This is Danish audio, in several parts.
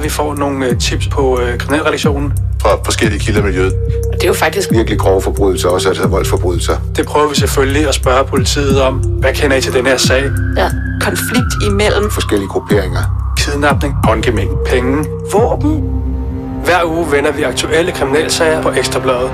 vi får nogle tips på kriminalredaktionen. Fra forskellige kilder i miljøet. Og det er jo faktisk virkelig grove forbrydelser, også altså voldsforbrydelser. Det prøver vi selvfølgelig at spørge politiet om. Hvad kender I til den her sag? Ja, konflikt imellem forskellige grupperinger. Kidnapning, håndgemæng, penge, våben. Hver uge vender vi aktuelle kriminalsager på Ekstra Bladet.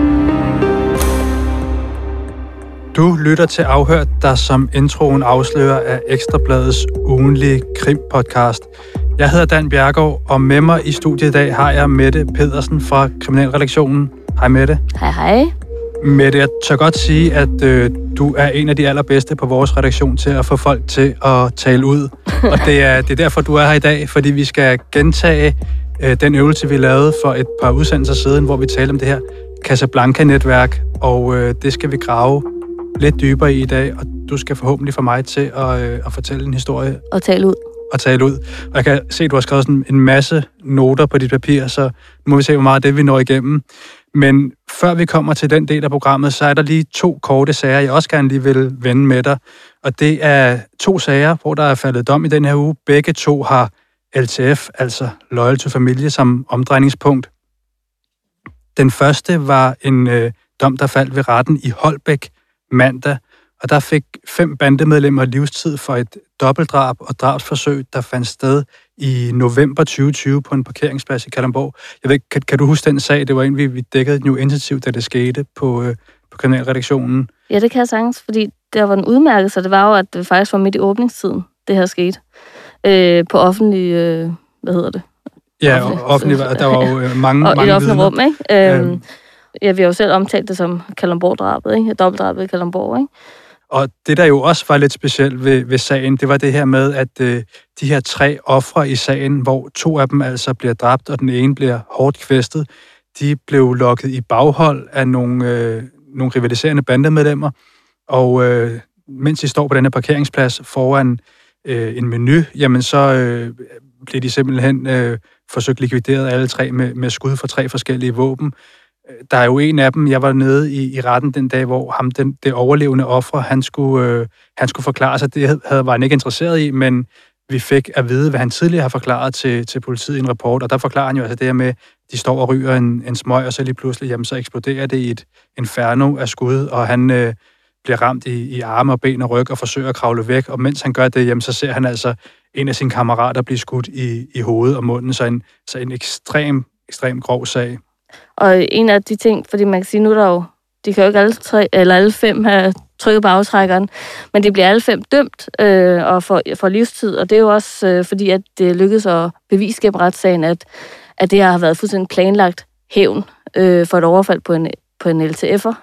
Du lytter til Afhørt, der som introen afslører af Ekstra Bladets ugentlige krimpodcast. Jeg hedder Dan Bjerregaard, og med mig i studiet i dag har jeg Mette Pedersen fra Kriminalredaktionen. Hej Mette. Hej hej. Mette, jeg tør godt sige, at du er en af de allerbedste på vores redaktion til at få folk til at tale ud. Og det er derfor, du er her i dag, fordi vi skal gentage den øvelse, vi lavede for et par udsendelser siden, hvor vi talte om det her Casablanca-netværk, og det skal vi grave lidt dybere i dag, og du skal forhåbentlig få mig til at fortælle en historie. Og tale ud. Og jeg kan se, at du har skrevet sådan en masse noter på dit papir, så nu må vi se, hvor meget af det vi når igennem. Men før vi kommer til den del af programmet, så er der lige 2 korte sager, jeg også gerne lige vil vende med dig. Og det er 2 sager, hvor der er faldet dom i den her uge. Begge 2 har LTF, altså Loyal to Familie, som omdrejningspunkt. Den første var en dom, der faldt ved retten i Holbæk mandag, og der fik 5 bandemedlemmer livstid for et dobbeltdrab og drabsforsøg, der fandt sted i november 2020 på en parkeringsplads i Kalundborg. Jeg ved, kan du huske den sag? Det var en, vi dækkede nu intensivt, da det skete på kriminalredaktionen. Ja, det kan jeg sagtens, fordi der var en udmærkelse, det var jo, at det faktisk var midt i åbningstiden, det her skete. På offentlig, hvad hedder det? Ja, offentlig, der var jo mange i det offentlige rum, ikke? Ja, vi har jo selv omtalt det som Kalundborg-drabet, ikke? Dobbeltdrabet i Kalundborg, ikke? Og det, der jo også var lidt specielt ved sagen, det var det her med, at de her 3 ofre i sagen, hvor 2 af dem altså bliver dræbt, og den ene bliver hårdt kvæstet, de blev lokket i baghold af nogle rivaliserende bandemedlemmer, og mens de står på den her parkeringsplads foran en menu, jamen så blev de simpelthen forsøgt likvideret alle 3 med skud fra 3 forskellige våben. Der er jo en af dem, jeg var nede i retten den dag, hvor det overlevende offer, han skulle forklare sig. Det var han ikke interesseret i, men vi fik at vide, hvad han tidligere har forklaret til politiet i en rapport, og der forklarer han jo altså det her med, at de står og ryger en smøg, og så lige pludselig, jamen, så eksploderer det i et inferno af skud, og han bliver ramt i arme og ben og ryg og forsøger at kravle væk, og mens han gør det, jamen, så ser han altså en af sine kammerater blive skudt i hovedet og munden, så en ekstrem grov sag. Og en af de ting, fordi man kan sige, nu der jo, de kan jo ikke alle 5 have trykket på aftrækkeren, men de bliver alle 5 dømt og får livstid, og det er jo også fordi, at det lykkedes at bevise gennem retssagen, at det her har været fuldstændig planlagt hævn for et overfald på en LTF'er,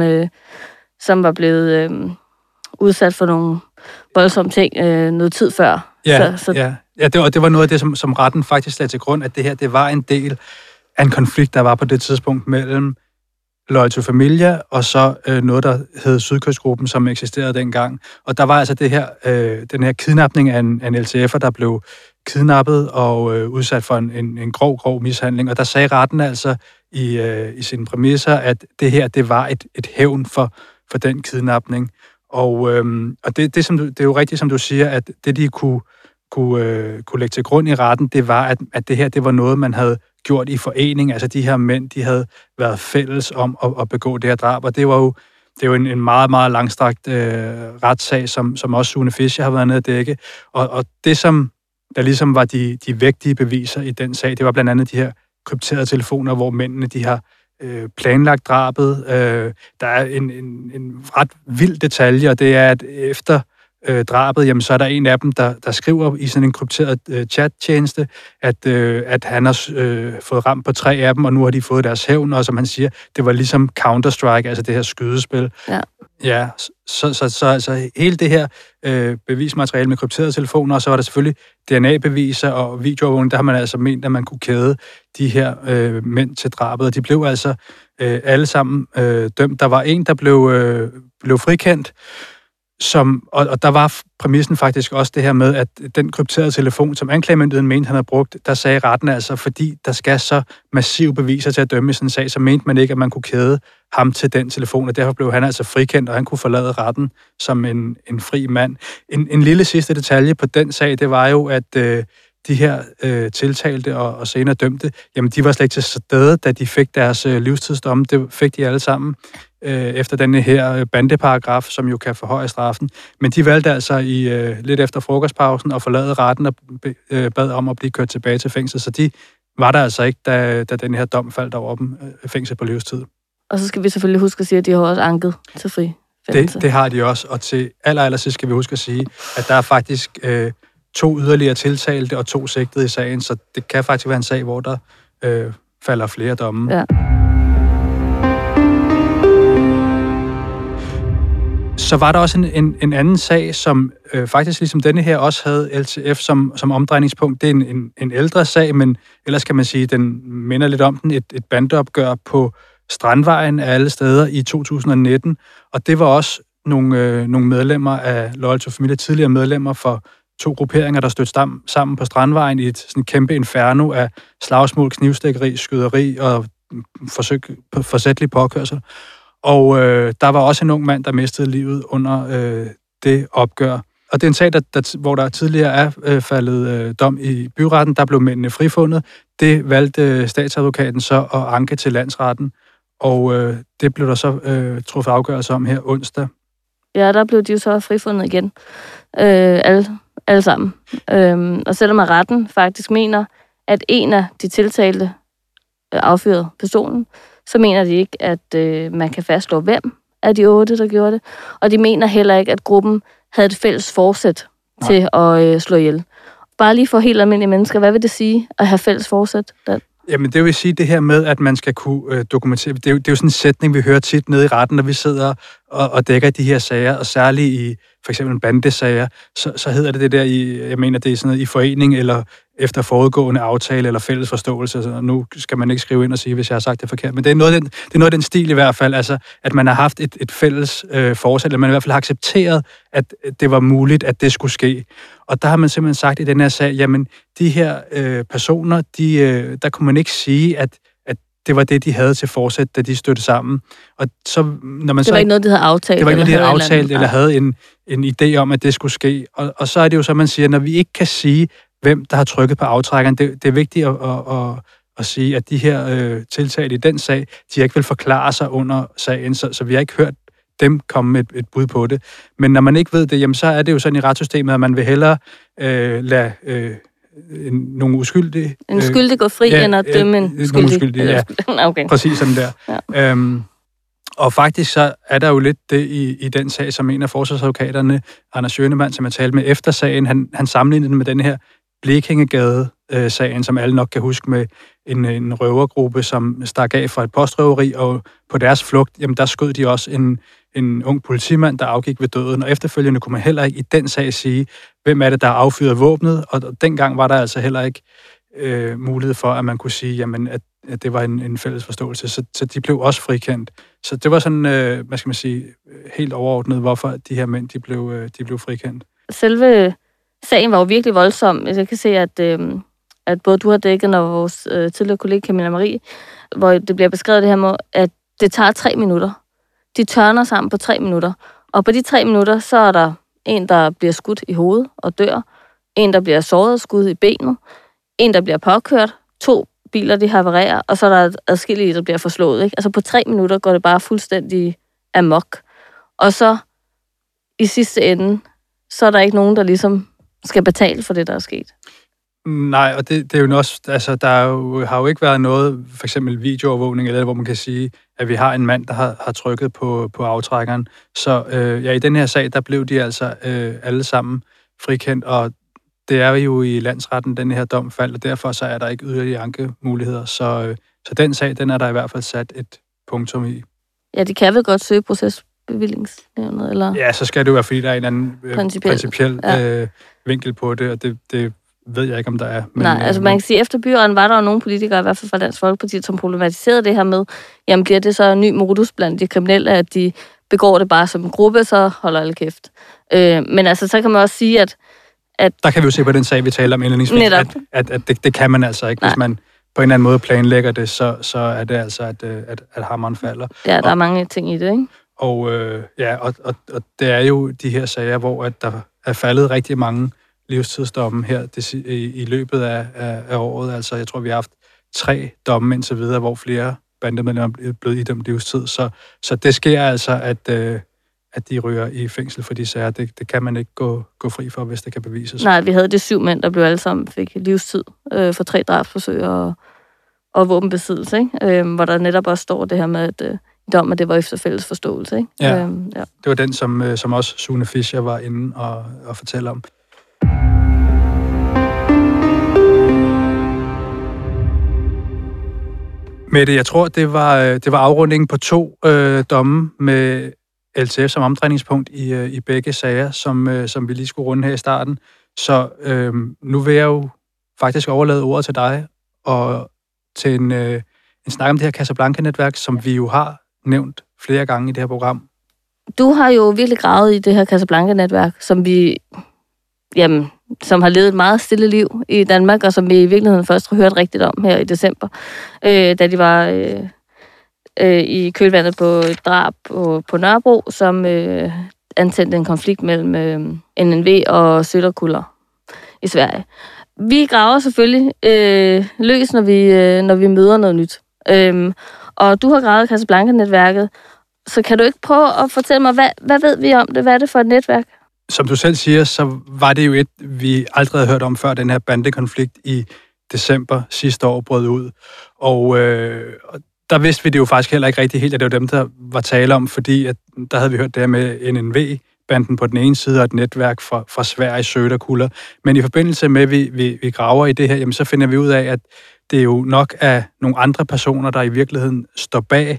som var blevet udsat for nogle voldsomme ting noget tid før. Ja, det var noget af det, som retten faktisk lagde til grund, at det her, det var en del af en konflikt, der var på det tidspunkt mellem Loyal to Familie og så noget, der hed Sydkystgruppen, som eksisterede dengang. Og der var altså den her kidnapning af en LTF'er, der blev kidnappet og udsat for en grov mishandling. Og der sagde retten altså i sine præmisser, at det her, det var et hævn for den kidnapning. Og det er jo rigtigt, som du siger, at det, de kunne lægge til grund i retten, det var, at det her, det var noget, man havde gjort i forening. Altså de her mænd, de havde været fælles om at begå det her drab, og det er jo en meget, meget langstrakt retssag, som også Sune Fischer har været nede at dække. Og det, som der ligesom var de vægtige beviser i den sag, det var blandt andet de her krypterede telefoner, hvor mændene, de har planlagt drabet. Der er en ret vild detalje, og det er, at efter drabet, jamen så er der en af dem, der skriver i sådan en krypteret chattjeneste, at han har fået ramt på 3 af dem, og nu har de fået deres hævn, og som han siger, det var ligesom Counter-Strike, altså det her skydespil. Ja, så altså hele det her bevismateriale med krypterede telefoner, og så var der selvfølgelig DNA-beviser og videoovervågning, der har man altså ment, at man kunne kæde de her mænd til drabet, og de blev altså alle sammen dømt. Der var en, der blev frikendt, og der var præmissen faktisk også det her med, at den krypterede telefon, som anklagemyndigheden mente, han havde brugt, der sagde retten altså, fordi der skal så massive beviser til at dømme i sådan en sag, så mente man ikke, at man kunne kæde ham til den telefon, og derfor blev han altså frikendt, og han kunne forlade retten som en fri mand. En lille sidste detalje på den sag, det var jo, at de her tiltalte og senere dømte, jamen de var slet ikke til stede, da de fik deres livstidsdomme. Det fik de alle sammen efter denne her bandeparagraf, som jo kan forhøje straffen. Men de valgte altså lidt efter frokostpausen at forlade retten og bad om at blive kørt tilbage til fængsel. Så de var der altså ikke, da den her dom faldt over dem, fængsel på livstid. Og så skal vi selvfølgelig huske at sige, at de har også anket til fri. Det har de også, og til allersidst skal vi huske at sige, at der er faktisk 2 yderligere tiltalte og 2 sigtede i sagen, så det kan faktisk være en sag, hvor der falder flere domme. Ja. Så var der også en anden sag, som faktisk ligesom denne her også havde LTF som omdrejningspunkt. Det er en ældre sag, men ellers kan man sige, den minder lidt om den. Et bandeopgør på Strandvejen af alle steder i 2019, og det var også nogle medlemmer af Loyal to Familia, tidligere medlemmer for 2 grupperinger, der stødte sammen på Strandvejen i et sådan kæmpe inferno af slagsmål, knivstikkeri, skyderi og forsætlig påkørsel. Og der var også en ung mand, der mistede livet under det opgør. Og det er en sag, hvor der tidligere er faldet dom i byretten. Der blev mændene frifundet. Det valgte statsadvokaten så at anke til landsretten. Og det blev der så truffet afgørelse om her onsdag. Ja, der blev de jo så frifundet igen. Alle sammen. Og selvom retten faktisk mener, at en af de tiltalte affyrede pistolen, så mener de ikke, at man kan fastslå, hvem af de 8, der gjorde det. Og de mener heller ikke, at gruppen havde et fælles forsæt til at slå ihjel. Bare lige for helt almindelige mennesker, hvad vil det sige at have fælles forsæt? Jamen, det vil sige det her med, at man skal kunne dokumentere. Det er jo sådan en sætning, vi hører tit nede i retten, når vi sidder og dækker de her sager, og særligt i for eksempel bandesager, så hedder det der jeg mener, det er sådan noget i forening, eller efter forudgående aftale, eller fælles forståelse. Så nu skal man ikke skrive ind og sige, hvis jeg har sagt det forkert. Men det er noget af den stil i hvert fald, altså, at man har haft et fælles forsæt, eller man i hvert fald har accepteret, at det var muligt, at det skulle ske. Og der har man simpelthen sagt i den her sag, jamen, de her personer, der kunne man ikke sige, at det var det, de havde til forsæt, da de stødte sammen. Og så, når man det var ikke noget, de havde aftalt? Det var ikke noget, de havde aftalt, eller havde en idé om, at det skulle ske. Og så er det jo så, man siger, når vi ikke kan sige, hvem der har trykket på aftrækkeren, det er vigtigt at sige, at de her tiltalte i den sag, de ikke vil forklare sig under sagen, så vi har ikke hørt dem komme med et bud på det. Men når man ikke ved det, jamen, så er det jo sådan i retssystemet, at man vil hellere lade nogle uskyldige... En skyldig går fri, end at dømme en uskyldig. Ja, okay. Præcis sådan der. Ja. Og faktisk så er der jo lidt det i den sag, som en af forsvarsadvokaterne, Anders Schønemann, som jeg talte med efter sagen, han sammenlignede den med den her Blekingegade-sagen, som alle nok kan huske, med en røvergruppe, som stak af fra et postrøveri, og på deres flugt, jamen der skød de også en ung politimand, der afgik ved døden, og efterfølgende kunne man heller ikke i den sag sige, hvem er det, der har affyret våbnet, og dengang var der altså heller ikke mulighed for, at man kunne sige, jamen, at det var en fælles forståelse, så de blev også frikendt. Så det var sådan, hvad skal man sige, helt overordnet, hvorfor de her mænd, de blev frikendt. Selve sagen var jo virkelig voldsom. Jeg kan se, at både du har dækket, og vores tidligere kollega Camilla Marie, hvor det bliver beskrevet det her med, at det tager 3 minutter. De tørner sammen på 3 minutter. Og på de 3 minutter, så er der en, der bliver skudt i hovedet og dør. En, der bliver såret og skudt i benet. En, der bliver påkørt. 2 biler, de havererer. Og så er der adskillige, der bliver forslået. Ikke? Altså på 3 minutter går det bare fuldstændig amok. Og så i sidste ende, så er der ikke nogen, der ligesom skal betale for det, der er sket. Nej, og det er jo også, altså har jo ikke været noget, for eksempel videoovervågning, eller hvor man kan sige, at vi har en mand, der har trykket på aftrækkeren. Så i den her sag, der blev de altså alle sammen frikendt, og det er jo i landsretten, den her dom faldt, og derfor så er der ikke yderligere ankemuligheder. Så den sag, den er der i hvert fald sat et punktum i. Ja, de kan vel godt søge procesbevillingsnævnet, eller? Ja, så skal det jo være, fordi der er en anden principiel vinkel på det, og det ved jeg ikke, om der er. Men, nej, altså man kan sige, at efter byretten var der jo nogle politikere, i hvert fald fra Dansk Folkeparti, som problematiserede det her med, jamen bliver det så en ny modus blandt de kriminelle, at de begår det bare som en gruppe, så holder alle kæft. Men altså, så kan man også sige, at der kan vi jo se på den sag, vi taler om indledningsvis, at det kan man altså ikke, hvis man på en eller anden måde planlægger det, så er det altså, at hammeren falder. Ja, der er mange ting i det, ikke? Og det er jo de her sager, hvor at der er faldet rigtig mange livstidsdomme her i løbet af året. Altså, jeg tror, vi har haft 3 domme indtil videre, hvor flere bandemedlemmer er blevet idømt livstid. Så det sker altså, at de ryger i fængsel for de sager. Det kan man ikke gå fri for, hvis det kan bevises. Nej, vi havde det 7 mænd, der blev alle sammen fik livstid for 3 drabsforsøg og våbenbesiddelse, ikke? Hvor der netop også står det her med, at dommen, det var efter fælles forståelse, ikke? Ja, det var den, som også Sune Fischer var inde og fortælle om. Mette, jeg tror, det var afrundingen på 2 domme med LTF som omdrejningspunkt i begge sager, som vi lige skulle runde her i starten. Så nu vil jeg jo faktisk overlade ordet til dig og til en snak om det her Casablanca-netværk, som vi jo har nævnt flere gange i det her program. Du har jo virkelig gravet i det her Casablanca-netværk, som har levet et meget stille liv i Danmark, og som vi i virkeligheden først har hørt rigtigt om her i december, da de var i kølvandet på et drab på Nørrebro, som antændte en konflikt mellem NNV og Söderkuller i Sverige. Vi graver selvfølgelig løs, når vi møder noget nyt. Og du har gravet Casablanca-netværket, så kan du ikke prøve at fortælle mig, hvad ved vi om det? Hvad er det for et netværk? Som du selv siger, så var det jo vi aldrig havde hørt om før, den her bandekonflikt i december sidste år brød ud. Og der vidste vi det jo faktisk heller ikke rigtig helt, at det var dem, der var tale om, fordi at der havde vi hørt det her med NNV-banden på den ene side og et netværk fra Sverige, Söderkuller. Men i forbindelse med, at vi graver i det her, jamen, så finder vi ud af, at det jo nok er nogle andre personer, der i virkeligheden står bag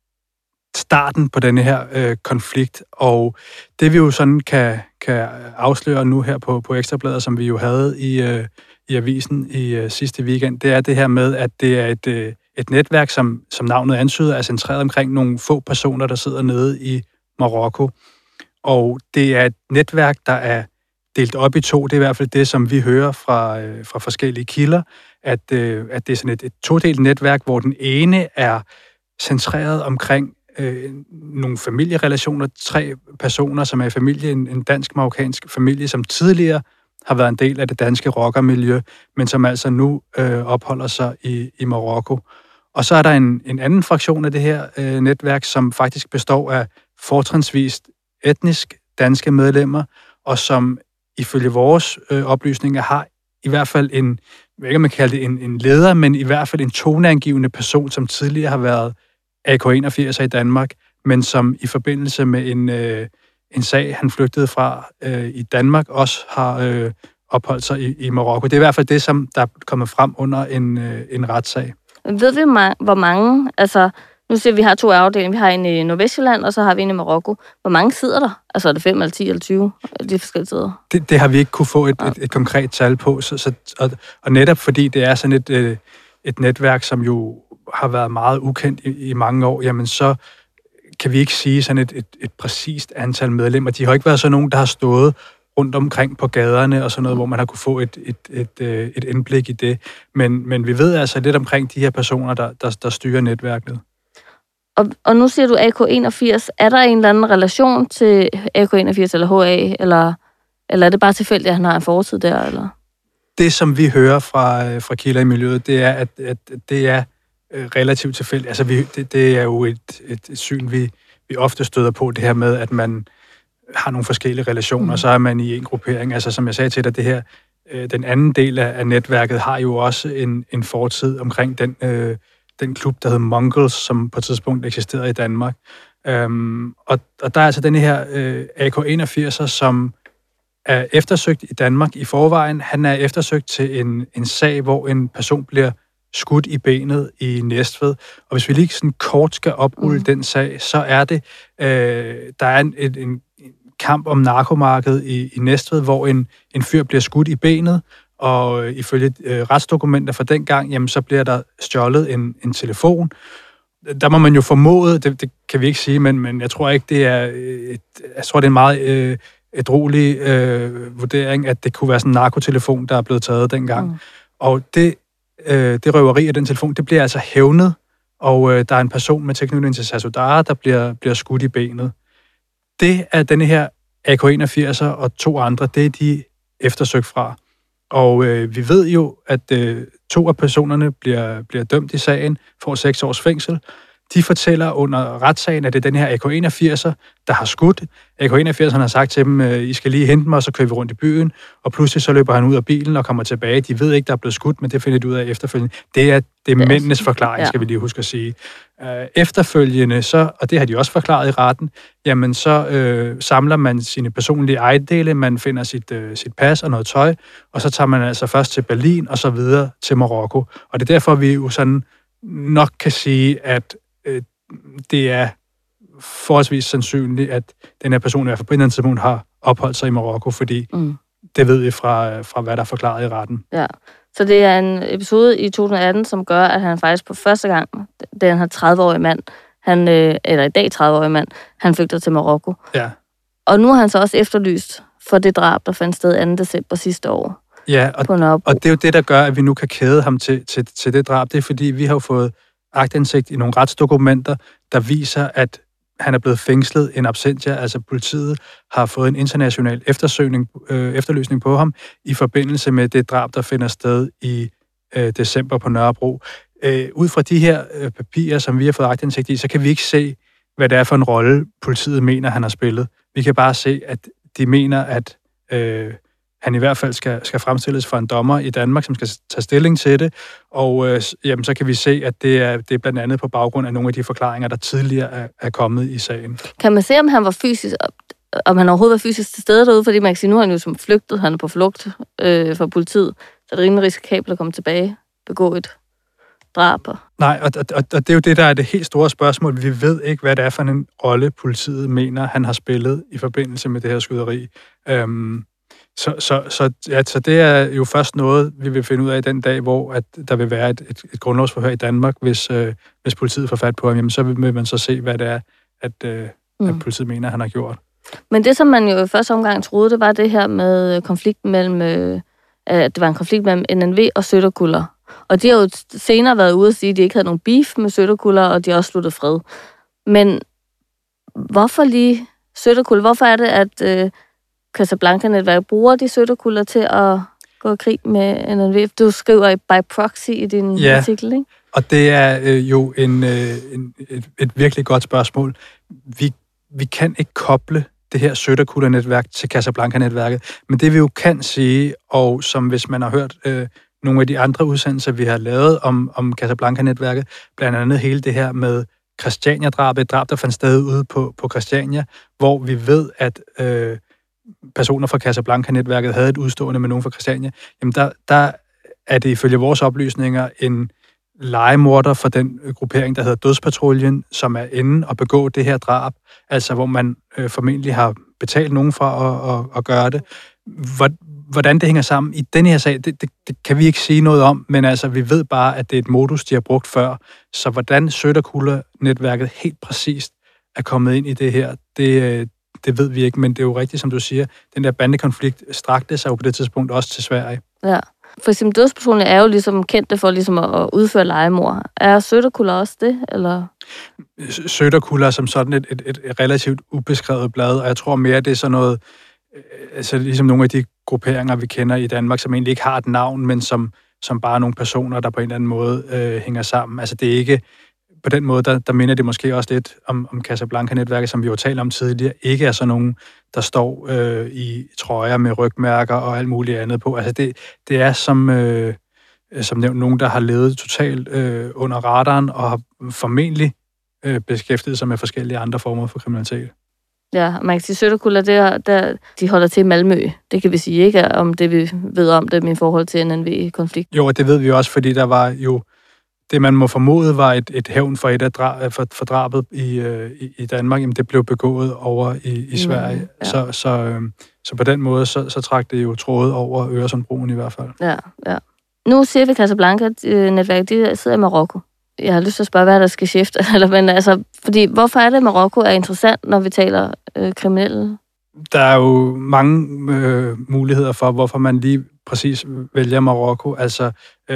starten på denne her konflikt. Og det vi jo sådan kan afsløre nu her på Ekstrabladet, som vi jo havde i avisen i sidste weekend, det er det her med, at det er et netværk, som navnet antyder, er centreret omkring nogle få personer, der sidder nede i Marokko. Og det er et netværk, der er delt op i 2. Det er i hvert fald det, som vi hører fra forskellige kilder, at det er sådan et todelt netværk, hvor den ene er centreret omkring nogle familierelationer, 3 personer, som er i familie, en dansk-marokkansk familie, som tidligere har været en del af det danske rockermiljø, men som altså nu opholder sig i Marokko. Og så er der en anden fraktion af det her netværk, som faktisk består af fortrinsvist etnisk danske medlemmer, og som ifølge vores oplysninger har i hvert fald jeg ved ikke, om man kalder det en leder, men i hvert fald en toneangivende person, som tidligere har været AK81 i Danmark, men som i forbindelse med en sag, han flygtede fra i Danmark, også har opholdt sig i Marokko. Det er i hvert fald det, som der er kommet frem under en retssag. Ved vi, hvor mange, altså nu siger vi har 2 afdelinger, vi har en i Nordvestjylland, og så har vi en i Marokko. Hvor mange sidder der? Altså er det 5 eller 10 eller 20, de forskellige steder? Det har vi ikke kunne få et konkret tal på, og netop fordi det er sådan et netværk, som jo har været meget ukendt i mange år, jamen så kan vi ikke sige sådan et præcist antal medlemmer. De har ikke været sådan nogen, der har stået rundt omkring på gaderne og sådan noget, hvor man har kunne få et indblik i det. Men vi ved altså lidt omkring de her personer, der styrer netværket. Og nu siger du AK81. Er der en eller anden relation til AK81 eller HA, eller er det bare tilfældigt, at han har en fortid der? Eller? Det, som vi hører fra kilder i miljøet, det er, at det er relativt tilfældigt. Altså, det er jo et syn, vi ofte støder på, det her med, at man har nogle forskellige relationer, og så er man i en gruppering. Altså, som jeg sagde til dig, det her, den anden del af netværket har jo også en fortid omkring den klub, der hed Mongols, som på et tidspunkt eksisterede i Danmark. Og der er altså den her AK81'er, som er eftersøgt i Danmark i forvejen. Han er eftersøgt til en sag, hvor en person bliver skudt i benet i Næstved. Og hvis vi lige sådan kort skal oprulle den sag, så er det, der er en kamp om narkomarkedet i Næstved, hvor en fyr bliver skudt i benet, og ifølge retsdokumenter fra dengang, jamen så bliver der stjålet en telefon. Der må man jo formode, det kan vi ikke sige, men jeg tror ikke, det er jeg tror, det er en meget ædruelig vurdering, at det kunne være sådan en narkotelefon, der er blevet taget dengang. Og det røveri af den telefon, det bliver altså hævnet, og der er en person med tilknytning til Sassoudara, der bliver skudt i benet. Det er denne her AK81'er og 2 andre, det er de eftersøgt fra. Og vi ved jo, at 2 af personerne bliver dømt i sagen, får 6 års fængsel. De fortæller under retssagen, at det er den her AK-81'er, der har skudt. AK-81'eren har sagt til dem, I skal lige hente mig, og så kører vi rundt i byen. Og pludselig så løber han ud af bilen og kommer tilbage. De ved ikke, der er blevet skudt, men det finder de ud af efterfølgende. Det er mændenes forklaring, skal vi lige huske at sige. Efterfølgende, så, og det har de også forklaret i retten, jamen så samler man sine personlige ejendele, man finder sit pas og noget tøj, og så tager man altså først til Berlin og så videre til Marokko. Og det er derfor, vi jo sådan nok kan sige, at det er forholdsvis sandsynligt, at den her person i hvert fald på en eller anden tidspunkt har opholdt sig i Marokko, fordi det ved vi fra, hvad der er forklaret i retten. Ja, så det er en episode i 2018, som gør, at han faktisk på første gang, den her 30-årige mand, eller i dag 30-årige mand, han flygter til Marokko. Ja. Og nu har han så også efterlyst for det drab, der fandt sted 2. december sidste år. Ja, og det er jo det, der gør, at vi nu kan kæde ham til det drab. Det er, fordi vi har jo fået aktindsigt i nogle retsdokumenter, der viser, at han er blevet fængslet in absentia, altså politiet har fået en international efterlysning på ham i forbindelse med det drab, der finder sted i december på Nørrebro. Ud fra de her papirer, som vi har fået aktindsigt i, så kan vi ikke se, hvad det er for en rolle, politiet mener, han har spillet. Vi kan bare se, at de mener, at han i hvert fald skal fremstilles for en dommer i Danmark, som skal tage stilling til det, og jamen, så kan vi se, at det er blandt andet på baggrund af nogle af de forklaringer, der tidligere er kommet i sagen. Kan man se, om han var fysisk, om han overhovedet var fysisk til stede derude, fordi man kan sige, nu er han jo som flygtet, han er på flugt fra politiet, så det er rimelig risikabelt at komme tilbage, begå et drab. Nej, og det er jo det, der er det helt store spørgsmål. Vi ved ikke, hvad det er for en rolle, politiet mener, han har spillet i forbindelse med det her skyderi. Så det er jo først noget, vi vil finde ud af den dag, hvor at der vil være et grundlovsforhør i Danmark, hvis politiet får fat på ham. Jamen, så vil man så se, hvad det er, at politiet mener, han har gjort. Men det, som man jo i første omgang troede, det var det her med konflikten mellem, at det var en konflikt mellem NNV og Sønderkulder. Og de har jo senere været ude at sige, at de ikke havde nogen beef med Sønderkulder, og de har også sluttet fred. Men hvorfor lige Sønderkulder? Hvorfor er det, at Casablanca-netværket bruger de Sønderkulder til at gå i krig med NNV? Du skriver by proxy i din artikel, ikke? Og det er jo et virkelig godt spørgsmål. Vi kan ikke koble det her Sønderkulder-netværk til Casablanca-netværket, men det vi jo kan sige, og som hvis man har hørt nogle af de andre udsendelser, vi har lavet om Casablanca-netværket, blandt andet hele det her med Christiania-drabet, et drab, der fandt sted ude på Christiania, hvor vi ved, at personer fra Casablanca-netværket havde et udstående med nogen fra Christiania, jamen der er det ifølge vores oplysninger en legemorder for den gruppering, der hedder Dødspatruljen, som er inde og begå det her drab, altså hvor man formentlig har betalt nogen for at gøre det. Hvordan det hænger sammen i denne her sag, det kan vi ikke sige noget om, men altså vi ved bare, at det er et modus, de har brugt før. Så hvordan Sønderkulder-netværket helt præcist er kommet ind i det her, det ved vi ikke, men det er jo rigtigt, som du siger, den der bandekonflikt strakte sig jo på det tidspunkt også til Sverige. Ja, for eksempel Dødspatruljen er jo ligesom kendte for ligesom at udføre legemord. Er Sønderkulder også det, eller? Sønderkulder som sådan et relativt ubeskrevet blad, og jeg tror mere, det er sådan noget, altså ligesom nogle af de grupperinger, vi kender i Danmark, som egentlig ikke har et navn, men som bare nogle personer, der på en eller anden måde hænger sammen. Altså det er ikke, på den måde, der minder det måske også lidt om Casablanca-netværket, som vi jo talte om tidligere, ikke er sådan nogen, der står i trøjer med rygmærker og alt muligt andet på. Altså det er som nævnt nogen, der har levet totalt under radaren og har formentlig beskæftiget sig med forskellige andre former for kriminalitet. Ja, man kan sige, Sønderkulder, de holder til i Malmø. Det kan vi sige, ikke om det, vi ved om dem i forhold til NNV-konflikt. Jo, og det ved vi også, fordi der var jo det, man må formode, var et hævn for for drabet i Danmark. Jamen, det blev begået over i Sverige. Ja. Så på den måde, så trak det jo trådet over Øresundbroen i hvert fald. Ja. Nu ser vi Casablanca-netværket, de sidder i Marokko. Jeg har lyst til at spørge, hvad der skal skifte. Men altså, fordi, hvorfor er det, at Marokko er interessant, når vi taler kriminelle? Der er jo mange muligheder for, hvorfor man lige præcis vælger Marokko. Altså,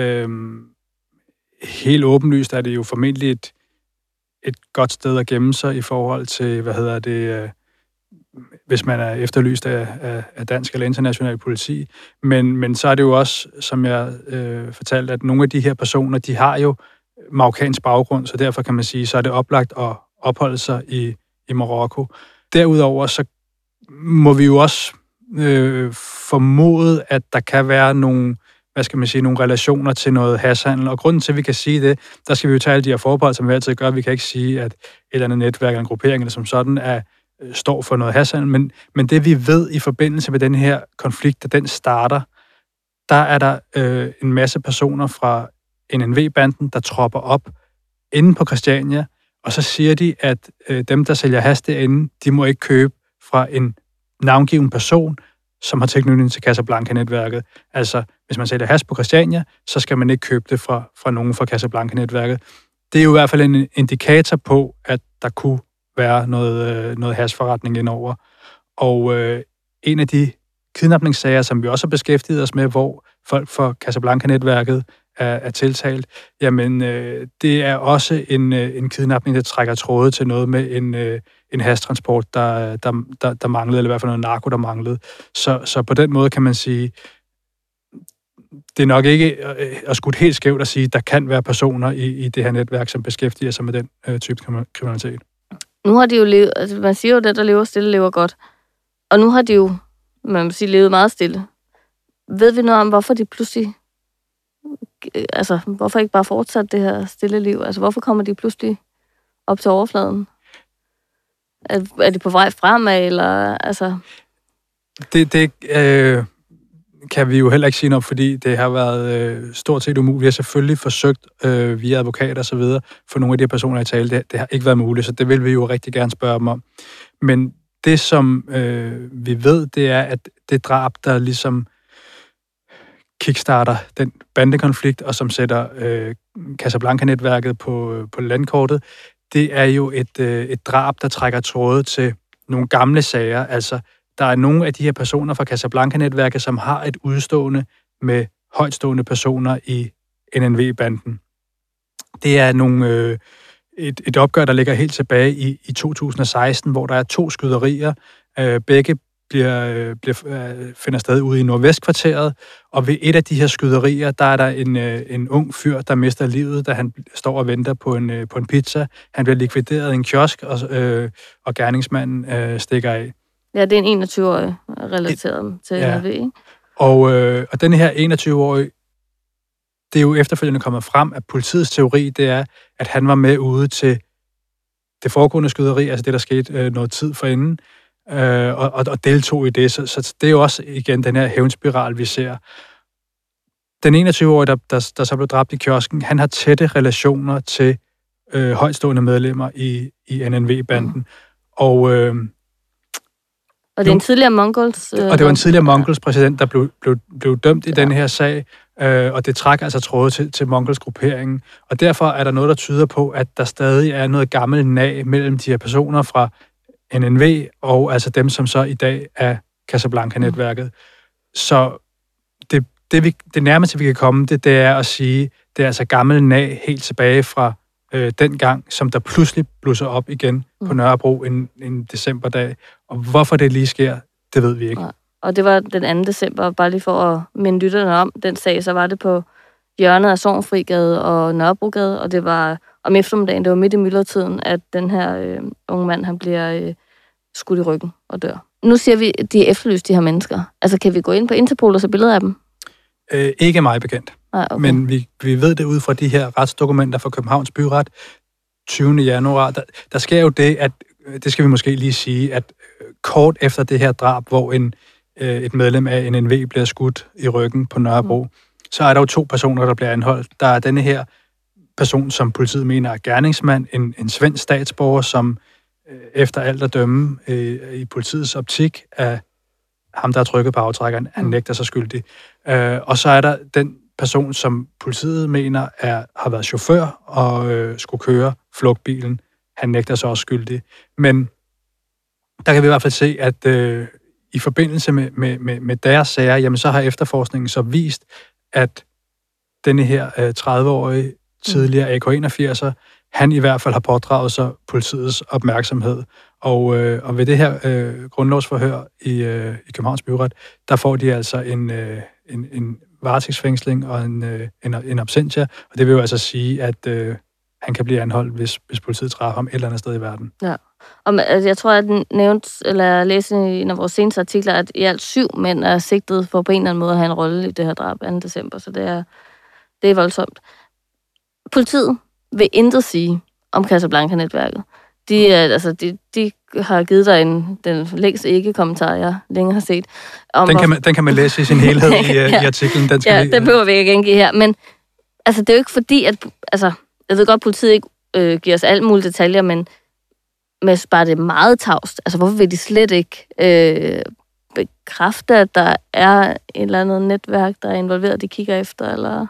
helt åbenlyst er det jo formentlig et godt sted at gemme sig i forhold til, hvis man er efterlyst af dansk eller international politi. Men så er det jo også, som jeg fortalte, at nogle af de her personer, de har jo marokkansk baggrund, så derfor kan man sige, så er det oplagt at opholde sig i Marokko. Derudover så må vi jo også formode, at der kan være nogle, nogle relationer til noget hashhandel. Og grunden til, at vi kan sige det, der skal vi jo tage alle de her forbehold, som vi altid gør. Vi kan ikke sige, at et eller andet netværk eller en gruppering eller som sådan står for noget hashhandel. Men det vi ved i forbindelse med den her konflikt, at den starter, der er der en masse personer fra NNV-banden, der tropper op inde på Christiania, og så siger de, at dem, der sælger hash derinde, de må ikke købe fra en navngiven person, som har tilknytning til Casablanca-netværket. Altså, hvis man sælger hash på Christiania, så skal man ikke købe det fra nogen fra Casablanca-netværket. Det er jo i hvert fald en indikator på, at der kunne være noget hashforretning indover. Og en af de kidnapningssager, som vi også har beskæftiget os med, hvor folk fra Casablanca-netværket er tiltalt, jamen det er også en kidnapning, der trækker tråde til noget med en hashtransport, der manglede, eller i hvert fald noget narko, der manglede. Så på den måde kan man sige, det er nok ikke at skudt helt skævt at sige, at der kan være personer i det her netværk, som beskæftiger sig med den type kriminalitet. Nu har de jo levet, altså man siger jo, at den, der lever stille, lever godt. Og nu har de jo, man må sige, levet meget stille. Ved vi noget om, hvorfor de pludselig, altså hvorfor ikke bare fortsætte det her stille liv? Altså hvorfor kommer de pludselig op til overfladen? Er de på vej fremad, eller altså? Det kan vi jo heller ikke sige noget, fordi det har været stort set umuligt. Vi har selvfølgelig forsøgt via advokater og så videre for nogle af de her personer i tale. Det har ikke været muligt, så det vil vi jo rigtig gerne spørge dem om. Men det, som vi ved, det er, at det drab, der ligesom kickstarter den bandekonflikt, og som sætter Casablanca-netværket på landkortet, det er jo et drab, der trækker tråde til nogle gamle sager. Altså, der er nogle af de her personer fra Casablanca-netværket, som har et udstående med højtstående personer i NNV-banden. Det er et opgør, der ligger helt tilbage i 2016, hvor der er 2 skyderier. Begge finder sted ude i Nordvestkvarteret, og ved et af de her skyderier, der er der en ung fyr, der mister livet, da han står og venter på en pizza. Han bliver likvideret i en kiosk, og gerningsmanden stikker af. Ja, det er en 21-årig relateret til NRV, ikke? Og den her 21-årige, det er jo efterfølgende kommet frem, at politiets teori, det er, at han var med ude til det foregående skyderi, altså det, der skete noget tid forinden, og deltog i det. Så det er jo også igen den her hævnspiral, vi ser. Den 21-årige, der så blev dræbt i kiosken, han har tætte relationer til højtstående medlemmer i NNV-banden. Og det er en tidligere Mongols... og det var en tidligere Mongols præsident, der blev dømt i den her sag, og det trækker altså tråde til Mongols grupperingen. Og derfor er der noget, der tyder på, at der stadig er noget gammelt nag mellem de her personer fra NNV, og altså dem, som så i dag er Casablanca-netværket. Så det nærmeste, vi kan komme, det er at sige, det er altså gammel nag helt tilbage fra den gang, som der pludselig blusser op igen på Nørrebro en decemberdag. Og hvorfor det lige sker, det ved vi ikke. Og det var den 2. december, bare lige for at minde lytterne om den sag, så var det på hjørnet af Sorgenfrigade og Nørrebrogade, og det var om eftermiddagen, det var midt i myldretiden, at den her unge mand, han bliver skudt i ryggen og dør. Nu siger vi, at de er efterlyst, de her mennesker. Altså, kan vi gå ind på Interpol og se billeder af dem? Ikke meget bekendt. Okay. Men vi ved det ud fra de her retsdokumenter fra Københavns Byret 20. januar. Der sker jo det, at det skal vi måske lige sige, at kort efter det her drab, hvor et medlem af NNV bliver skudt i ryggen på Nørrebro, så er der jo 2 personer, der bliver anholdt. Der er denne her person, som politiet mener er gerningsmand, en svensk statsborger, som efter alt at dømme i politiets optik er ham, der har trykket på aftrækkeren, han nægter sig skyldig. Og så er der den person, som politiet mener har været chauffør og skulle køre flugtbilen. Han nægter sig også skyldig. Men der kan vi i hvert fald se, at i forbindelse med deres sager, jamen så har efterforskningen så vist, at denne her 30-årige tidligere AK-81'er, han i hvert fald har pådraget sig politiets opmærksomhed. Og ved det her grundlovsforhør i Københavns Byret, der får de altså en varetægtsfængsling og en absentia, og det vil jo altså sige, at han kan blive anholdt, hvis politiet træffer ham et eller andet sted i verden. Ja. Og jeg tror, at den nævnte, eller jeg læste i en af vores seneste artikler, at i alt 7 mænd er sigtet for på en eller anden måde at have en rolle i det her drab 2. december, så det er voldsomt. Politiet vil intet sige om Casablanca-netværket. De har givet dig den længst ikke-kommentar, jeg længe har set. Den kan man læse i sin helhed i artiklen. Den behøver vi ikke gengive her. Men altså, det er jo ikke fordi, at... Altså, jeg ved godt, at politiet ikke giver os alle mulige detaljer, men bare det er meget tavst. Altså, hvorfor vil de slet ikke bekræfte, at der er et eller andet netværk, der er involveret, de kigger efter, eller...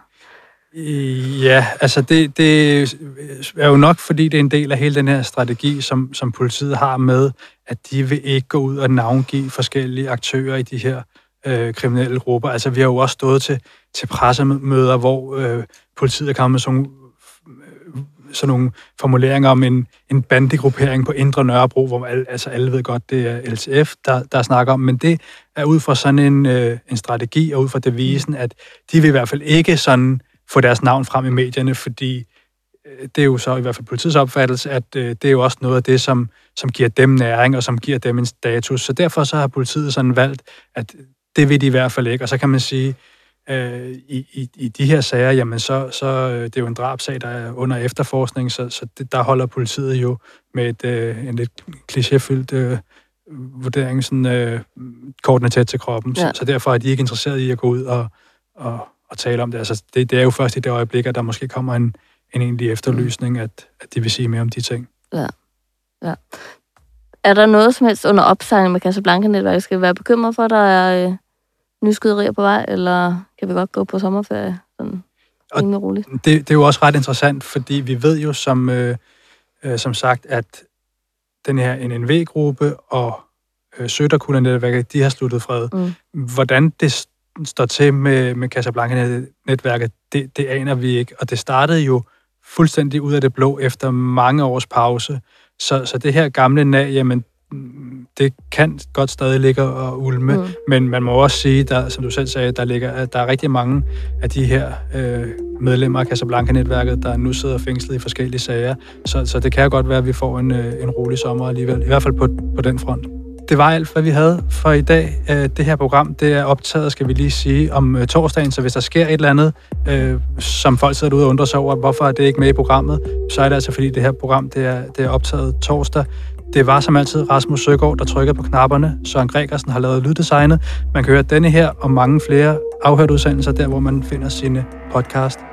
Ja, altså det er jo nok, fordi det er en del af hele den her strategi, som politiet har med, at de vil ikke gå ud og navngive forskellige aktører i de her kriminelle grupper. Altså vi har jo også stået til pressemøder, hvor politiet er kommet med sådan nogle formuleringer om en bandegruppering på Indre Nørrebro, hvor alle ved godt, det er LTF, der snakker om, men det er ud fra sådan en strategi, og ud fra devisen, at de vil i hvert fald ikke sådan få deres navn frem i medierne, fordi det er jo så i hvert fald politiets opfattelse, at det er jo også noget af det, som giver dem næring, og som giver dem en status. Så derfor så har politiet sådan valgt, at det vil de i hvert fald ikke. Og så kan man sige, i de her sager, jamen så det er jo en drabsag, der er under efterforskning, så der holder politiet jo med en lidt klichéfyldt vurdering, sådan kortene tæt til kroppen. Ja. Så derfor er de ikke interesseret i at gå ud og tale om det. Altså, det er jo først i det øjeblik, at der måske kommer en egentlig efterlysning, at de vil sige mere om de ting. Ja. Er der noget som helst under opsejling med Casablanca-netværket? Skal vi være bekymret for, at der er nyskyderier på vej, eller kan vi godt gå på sommerferie sådan rimelig roligt? Det er jo også ret interessant, fordi vi ved jo som sagt, at den her NNV-gruppe og Søderkulder-netværket, de har sluttet fred. Hvordan det står til med Casablanca-netværket, det aner vi ikke. Og det startede jo fuldstændig ud af det blå efter mange års pause. Så det her gamle nag, jamen, det kan godt stadig ligge og ulme. Men man må også sige, der, som du selv sagde, der er rigtig mange af de her medlemmer af Casablanca-netværket, der nu sidder fængslet i forskellige sager. Så det kan godt være, at vi får en rolig sommer alligevel. I hvert fald på den front. Det var alt, hvad vi havde for i dag. Det her program, det er optaget, skal vi lige sige, om torsdagen, så hvis der sker et eller andet, som folk sidder derude og undrer sig over, hvorfor er det ikke med i programmet, så er det altså, fordi det her program, det er optaget torsdag. Det var som altid Rasmus Søgaard, der trykker på knapperne. Søren Gregersen har lavet lyddesignet. Man kan høre denne her og mange flere afhørt udsendelser, der hvor man finder sine podcast.